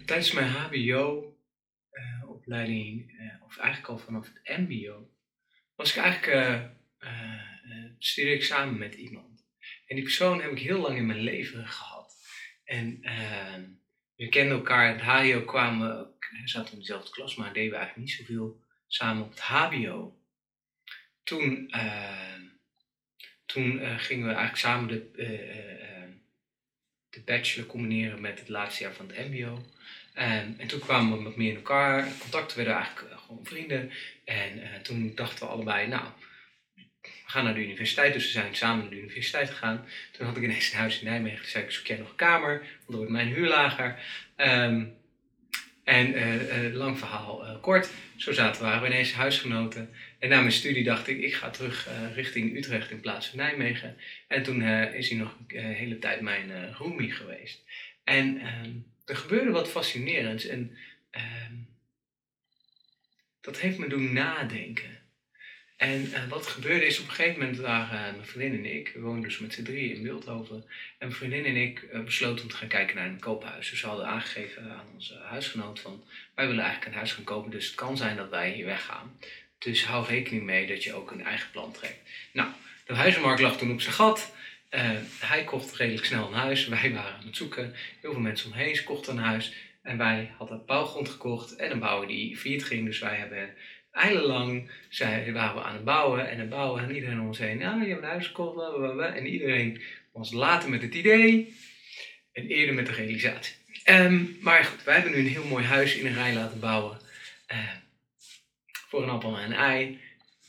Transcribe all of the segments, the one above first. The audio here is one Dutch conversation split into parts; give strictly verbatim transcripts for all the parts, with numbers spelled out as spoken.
Tijdens mijn H B O-opleiding, uh, of eigenlijk al vanaf het M B O, was ik eigenlijk, uh, uh, uh, studeerde ik samen met iemand. En die persoon heb ik heel lang in mijn leven gehad. En uh, we kenden elkaar, het H I O kwamen we, ook- we zaten in dezelfde klas, maar deden we eigenlijk niet zoveel samen op het H B O. Toen, uh, toen uh, gingen we eigenlijk samen de, uh, uh, de bachelor combineren met het laatste jaar van het M B O. En, en toen kwamen we wat meer in elkaar, contacten werden eigenlijk uh, gewoon vrienden. En uh, toen dachten we allebei, nou, we gaan naar de universiteit. Dus we zijn samen naar de universiteit gegaan. Toen had ik ineens een huis in Nijmegen. Toen zei ik, zoek jij nog een kamer? Want dan wordt mijn huur lager. Um, en uh, uh, lang verhaal uh, kort, zo zaten we, waren we ineens huisgenoten. En na mijn studie dacht ik, ik ga terug uh, richting Utrecht in plaats van Nijmegen. En toen uh, is hij nog een uh, hele tijd mijn uh, roomie geweest. En uh, er gebeurde wat fascinerends. En uh, dat heeft me doen nadenken. En uh, wat gebeurde is, op een gegeven moment waren uh, mijn vriendin en ik, we woonden dus met z'n drieën in Beeldhoven. En mijn vriendin en ik uh, besloten om te gaan kijken naar een koophuis. Dus we hadden aangegeven aan onze huisgenoot van, wij willen eigenlijk een huis gaan kopen, dus het kan zijn dat wij hier weggaan. Dus hou rekening mee dat je ook een eigen plan trekt. Nou, de huizenmarkt lag toen op zijn gat. Uh, hij kocht redelijk snel een huis, wij waren aan het zoeken. Heel veel mensen omheen kochten een huis. En wij hadden bouwgrond gekocht en een bouwer die failliet ging, dus wij hebben... Eilenlang waren we aan het bouwen en het bouwen en iedereen om ons heen. Ja, je hebt een huis gekocht, blablabla. En iedereen was later met het idee en eerder met de realisatie. Um, maar goed, wij hebben nu een heel mooi huis in een rij laten bouwen. Uh, voor een appel en een ei.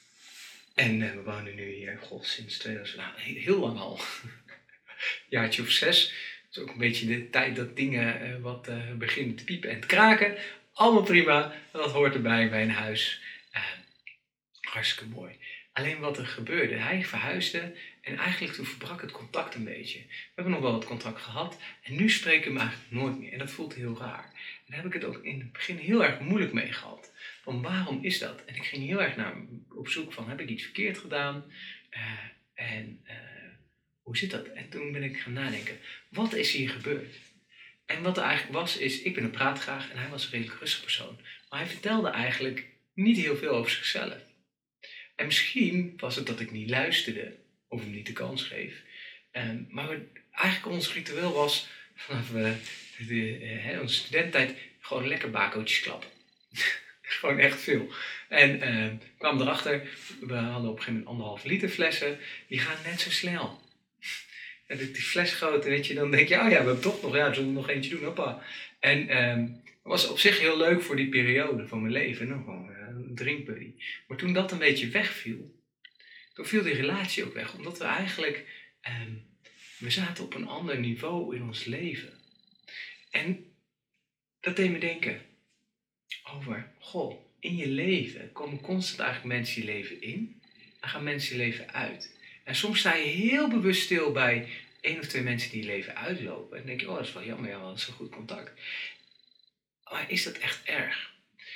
En uh, we wonen nu hier, god, sinds tweeduizend, nou, heel lang al. Jaartje of zes. Het is ook een beetje de tijd dat dingen uh, wat uh, beginnen te piepen en te kraken. Allemaal prima, dat hoort erbij bij een huis. Uh, hartstikke mooi. Alleen wat er gebeurde, hij verhuisde en eigenlijk toen verbrak het contact een beetje. We hebben nog wel wat contact gehad en nu spreken we hem eigenlijk nooit meer. En dat voelt heel raar. En daar heb ik het ook in het begin heel erg moeilijk mee gehad. Van waarom is dat? En ik ging heel erg naar op zoek van, heb ik iets verkeerd gedaan? Uh, en uh, hoe zit dat? En toen ben ik gaan nadenken, wat is hier gebeurd? En wat er eigenlijk was, is, ik ben een praatgraag en hij was een redelijk rustig persoon. Maar hij vertelde eigenlijk niet heel veel over zichzelf. En misschien was het dat ik niet luisterde, of hem niet de kans geef. Um, maar we, eigenlijk ons ritueel was, vanaf uh, de, de, uh, onze studententijd, gewoon lekker bakootjes klappen. Gewoon echt veel. En uh, kwam erachter, we hadden op een gegeven moment anderhalf liter flessen, die gaan net zo snel. En die fles groter, weet je, dan denk je, oh ja, we hebben toch nog, ja, zullen we nog eentje doen, hoppa. En um, dat was op zich heel leuk voor die periode van mijn leven, nog gewoon uh, een drinkbuddy. Maar toen dat een beetje wegviel, toen viel die relatie ook weg, omdat we eigenlijk, um, we zaten op een ander niveau in ons leven. En dat deed me denken over, goh, in je leven komen constant eigenlijk mensen je leven in en gaan mensen je leven uit. En soms sta je heel bewust stil bij één of twee mensen die je leven uitlopen. En dan denk je, oh, dat is wel jammer, ja, dat is een goed contact. Maar is dat echt erg?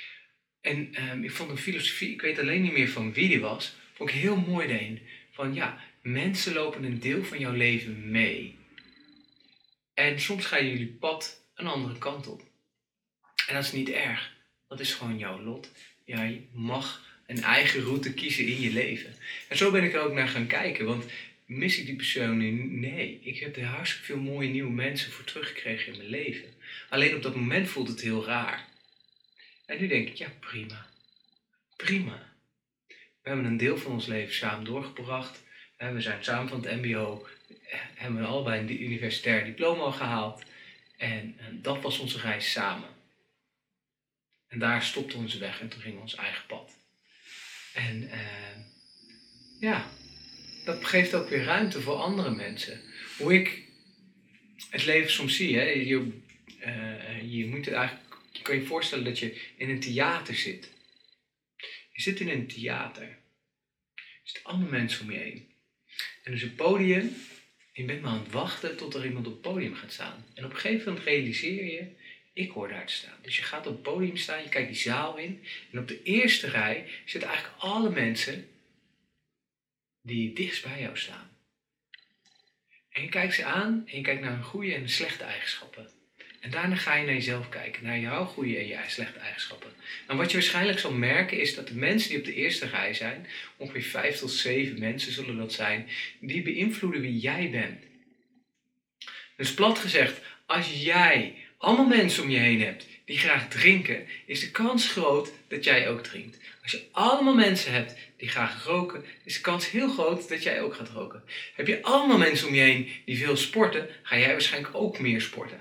En um, ik vond een filosofie, ik weet alleen niet meer van wie die was, vond ik heel mooi daarin. Van ja, mensen lopen een deel van jouw leven mee. En soms gaan jullie pad een andere kant op. En dat is niet erg. Dat is gewoon jouw lot. Jij mag een eigen route kiezen in je leven. En zo ben ik er ook naar gaan kijken. Want mis ik die persoon? Nee. Ik heb er hartstikke veel mooie nieuwe mensen voor teruggekregen in mijn leven. Alleen op dat moment voelt het heel raar. En nu denk ik, ja, prima. Prima. We hebben een deel van ons leven samen doorgebracht. We zijn samen van het M B O. Hebben we allebei een universitair diploma gehaald. En dat was onze reis samen. En daar stopte onze weg en toen ging ons eigen pad. En uh, ja, dat geeft ook weer ruimte voor andere mensen. Hoe ik het leven soms zie, hè, je, uh, je moet het eigenlijk, je kan je voorstellen dat je in een theater zit. Je zit in een theater. Er zitten allemaal mensen om je heen. En er is een podium en je bent maar aan het wachten tot er iemand op het podium gaat staan. En op een gegeven moment realiseer je, ik hoor daar te staan. Dus je gaat op het podium staan, je kijkt die zaal in. En op de eerste rij zitten eigenlijk alle mensen die dichtst bij jou staan. En je kijkt ze aan en je kijkt naar hun goede en slechte eigenschappen. En daarna ga je naar jezelf kijken, naar jouw goede en je slechte eigenschappen. En wat je waarschijnlijk zal merken is dat de mensen die op de eerste rij zijn, ongeveer vijf tot zeven mensen zullen dat zijn, die beïnvloeden wie jij bent. Dus plat gezegd, als jij allemaal mensen om je heen hebt die graag drinken, is de kans groot dat jij ook drinkt. Als je allemaal mensen hebt die graag roken, is de kans heel groot dat jij ook gaat roken. Heb je allemaal mensen om je heen die veel sporten, ga jij waarschijnlijk ook meer sporten.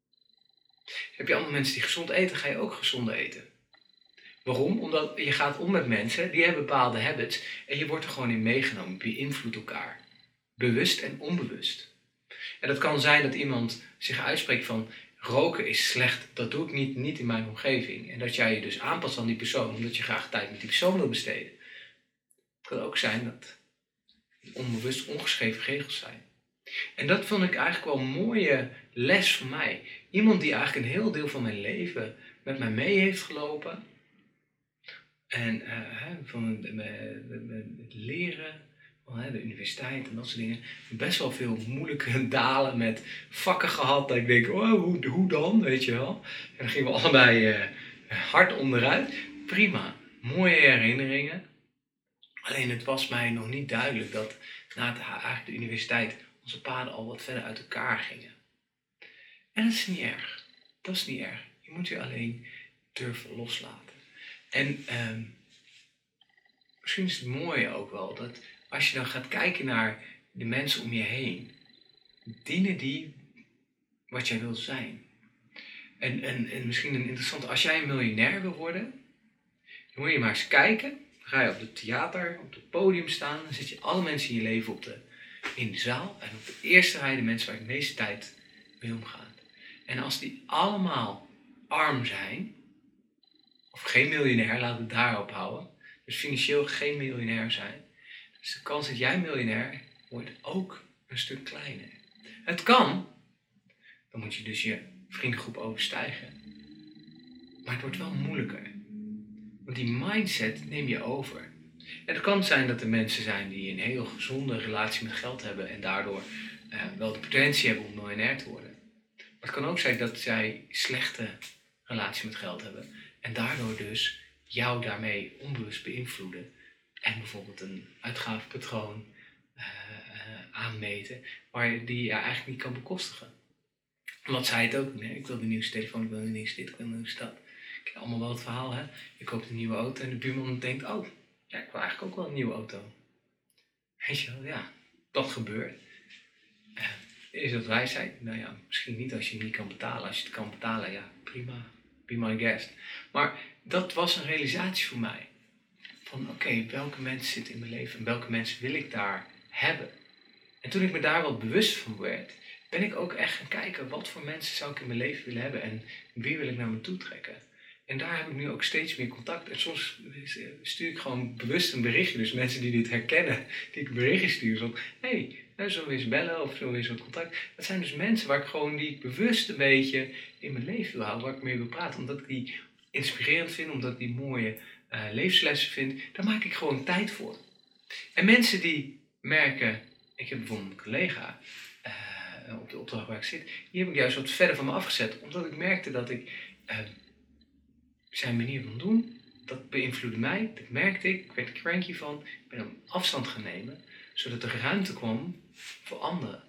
Heb je allemaal mensen die gezond eten, ga je ook gezonder eten. Waarom? Omdat je gaat om met mensen, die hebben bepaalde habits en je wordt er gewoon in meegenomen. Je beïnvloedt elkaar. Bewust en onbewust. En dat kan zijn dat iemand zich uitspreekt van roken is slecht, dat doe ik niet, niet in mijn omgeving. En dat jij je dus aanpast aan die persoon, omdat je graag tijd met die persoon wil besteden. Het kan ook zijn dat onbewust ongeschreven regels zijn. En dat vond ik eigenlijk wel een mooie les voor mij. Iemand die eigenlijk een heel deel van mijn leven met mij mee heeft gelopen. En uh, van het leren, van de universiteit en dat soort dingen. Best wel veel moeilijke dalen met vakken gehad. Dat ik denk, oh, hoe, hoe dan, weet je wel. En dan gingen we allebei uh, hard onderuit. Prima, mooie herinneringen. Alleen het was mij nog niet duidelijk dat na het, eigenlijk de universiteit onze paden al wat verder uit elkaar gingen. En dat is niet erg. Dat is niet erg. Je moet je alleen durven loslaten. En um, misschien is het mooie ook wel dat als je dan gaat kijken naar de mensen om je heen, dienen die wat jij wil zijn. En, en, en misschien een interessante, als jij een miljonair wil worden, dan moet je maar eens kijken. Dan ga je op het theater, op het podium staan, dan zet je alle mensen in je leven op de, in de zaal. En op de eerste rij de mensen waar je de meeste tijd mee omgaat. En als die allemaal arm zijn, of geen miljonair, laten we het daarop houden. Dus financieel geen miljonair zijn. Dus de kans dat jij miljonair wordt ook een stuk kleiner. Het kan. Dan moet je dus je vriendengroep overstijgen. Maar het wordt wel moeilijker. Want die mindset neem je over. En het kan zijn dat er mensen zijn die een heel gezonde relatie met geld hebben. En daardoor uh, wel de potentie hebben om miljonair te worden. Maar het kan ook zijn dat zij slechte relatie met geld hebben. En daardoor dus jou daarmee onbewust beïnvloeden. En bijvoorbeeld een uitgavenpatroon uh, uh, aanmeten waar die je eigenlijk niet kan bekostigen. Omdat zij het ook doen. Hè? Ik wil de nieuwste telefoon, ik wil de nieuwste dit, ik wil de nieuwste dat. Ik ken allemaal wel het verhaal. Hè? Je koopt een nieuwe auto en de buurman denkt, oh, ja, ik wil eigenlijk ook wel een nieuwe auto. Weet je wel, ja, dat gebeurt. Uh, is dat wijsheid? Nou ja, misschien niet als je het niet kan betalen. Als je het kan betalen, ja, prima. Be my guest. Maar dat was een realisatie voor mij. Van oké, okay, welke mensen zitten in mijn leven en welke mensen wil ik daar hebben? En toen ik me daar wat bewust van werd, ben ik ook echt gaan kijken, wat voor mensen zou ik in mijn leven willen hebben en wie wil ik naar me toe trekken? En daar heb ik nu ook steeds meer contact. En soms stuur ik gewoon bewust een berichtje, dus mensen die dit herkennen, die ik een berichtje stuur, van hé, hey, nou, zullen we eens bellen of zullen we eens wat contact? Dat zijn dus mensen waar ik gewoon, die ik bewust een beetje in mijn leven wil houden, waar ik mee wil praten, omdat ik die inspirerend vind, omdat ik die mooie uh, levenslessen vind, daar maak ik gewoon tijd voor. En mensen die merken, ik heb bijvoorbeeld een collega uh, op de opdracht waar ik zit, die heb ik juist wat verder van me afgezet, omdat ik merkte dat ik uh, zijn manier van doen, dat beïnvloedde mij, dat merkte ik, ik werd er cranky van, ik ben hem afstand gaan nemen, zodat er ruimte kwam voor anderen.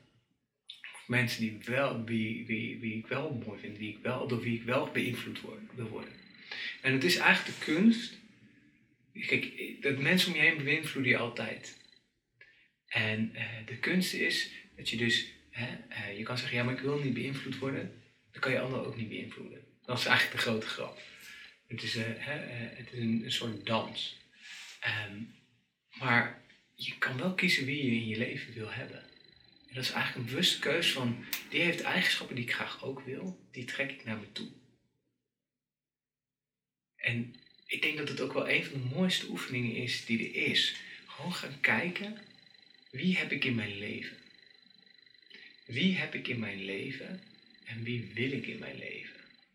Mensen die wel, wie, wie, wie ik wel mooi vind, wie ik wel, door wie ik wel beïnvloed word, wil worden. En het is eigenlijk de kunst, kijk, dat mensen om je heen beïnvloeden je altijd. En uh, de kunst is dat je dus, hè, uh, je kan zeggen, ja, maar ik wil niet beïnvloed worden, dan kan je anderen ook niet beïnvloeden. Dat is eigenlijk de grote grap. Het is, uh, hè, uh, het is een, een soort dans. Um, maar je kan wel kiezen wie je in je leven wil hebben. En dat is eigenlijk een bewuste keus van, die heeft eigenschappen die ik graag ook wil, die trek ik naar me toe. En ik denk dat het ook wel een van de mooiste oefeningen is die er is. Gewoon gaan kijken, wie heb ik in mijn leven? Wie heb ik in mijn leven en wie wil ik in mijn leven?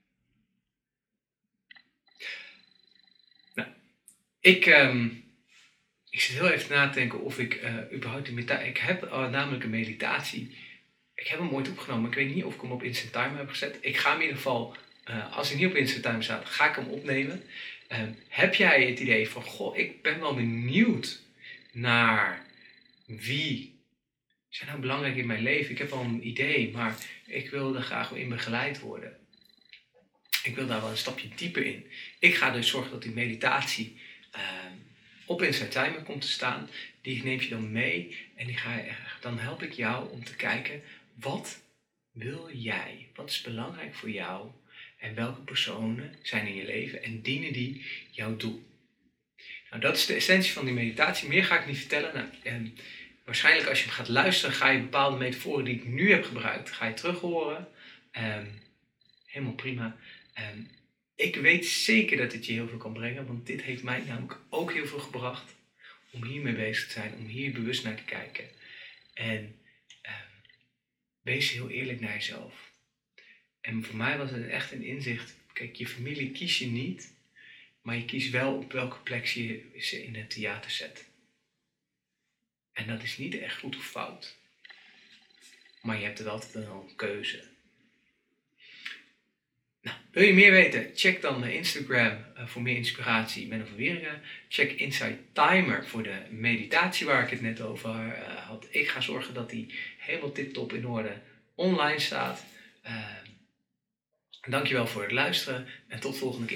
Nou, ik, um, ik zit heel even na te denken of ik uh, überhaupt een meditatie... Ik heb uh, namelijk een meditatie ik heb hem ooit opgenomen, maar ik weet niet of ik hem op Instant Timer heb gezet. Ik ga hem in ieder geval, uh, als hij niet op Instant Timer staat, ga ik hem opnemen. Uh, heb jij het idee van, goh, ik ben wel benieuwd naar wie zijn nou belangrijk in mijn leven? Ik heb wel een idee, maar ik wil er graag in begeleid worden. Ik wil daar wel een stapje dieper in. Ik ga dus zorgen dat die meditatie uh, op Instant Timer komt te staan. Die neem je dan mee en die ga, dan help ik jou om te kijken, wat wil jij? Wat is belangrijk voor jou? En welke personen zijn in je leven en dienen die jouw doel? Nou, dat is de essentie van die meditatie. Meer ga ik niet vertellen. Nou, en waarschijnlijk als je hem gaat luisteren, ga je bepaalde metaforen die ik nu heb gebruikt, ga je terug horen. Um, helemaal prima. Um, ik weet zeker dat het je heel veel kan brengen, want dit heeft mij namelijk ook heel veel gebracht om hiermee bezig te zijn, om hier bewust naar te kijken. En um, wees heel eerlijk naar jezelf. En voor mij was het echt een inzicht. Kijk, je familie kies je niet, maar je kiest wel op welke plek je ze in het theater zet. En dat is niet echt goed of fout. Maar je hebt er altijd wel een keuze. Nou, wil je meer weten? Check dan Instagram uh, voor meer inspiratie, Menno van Wieringen. Check Inside Timer voor de meditatie waar ik het net over uh, had. Ik ga zorgen dat die helemaal tip-top in orde online staat. Uh, dankjewel voor het luisteren en tot volgende keer.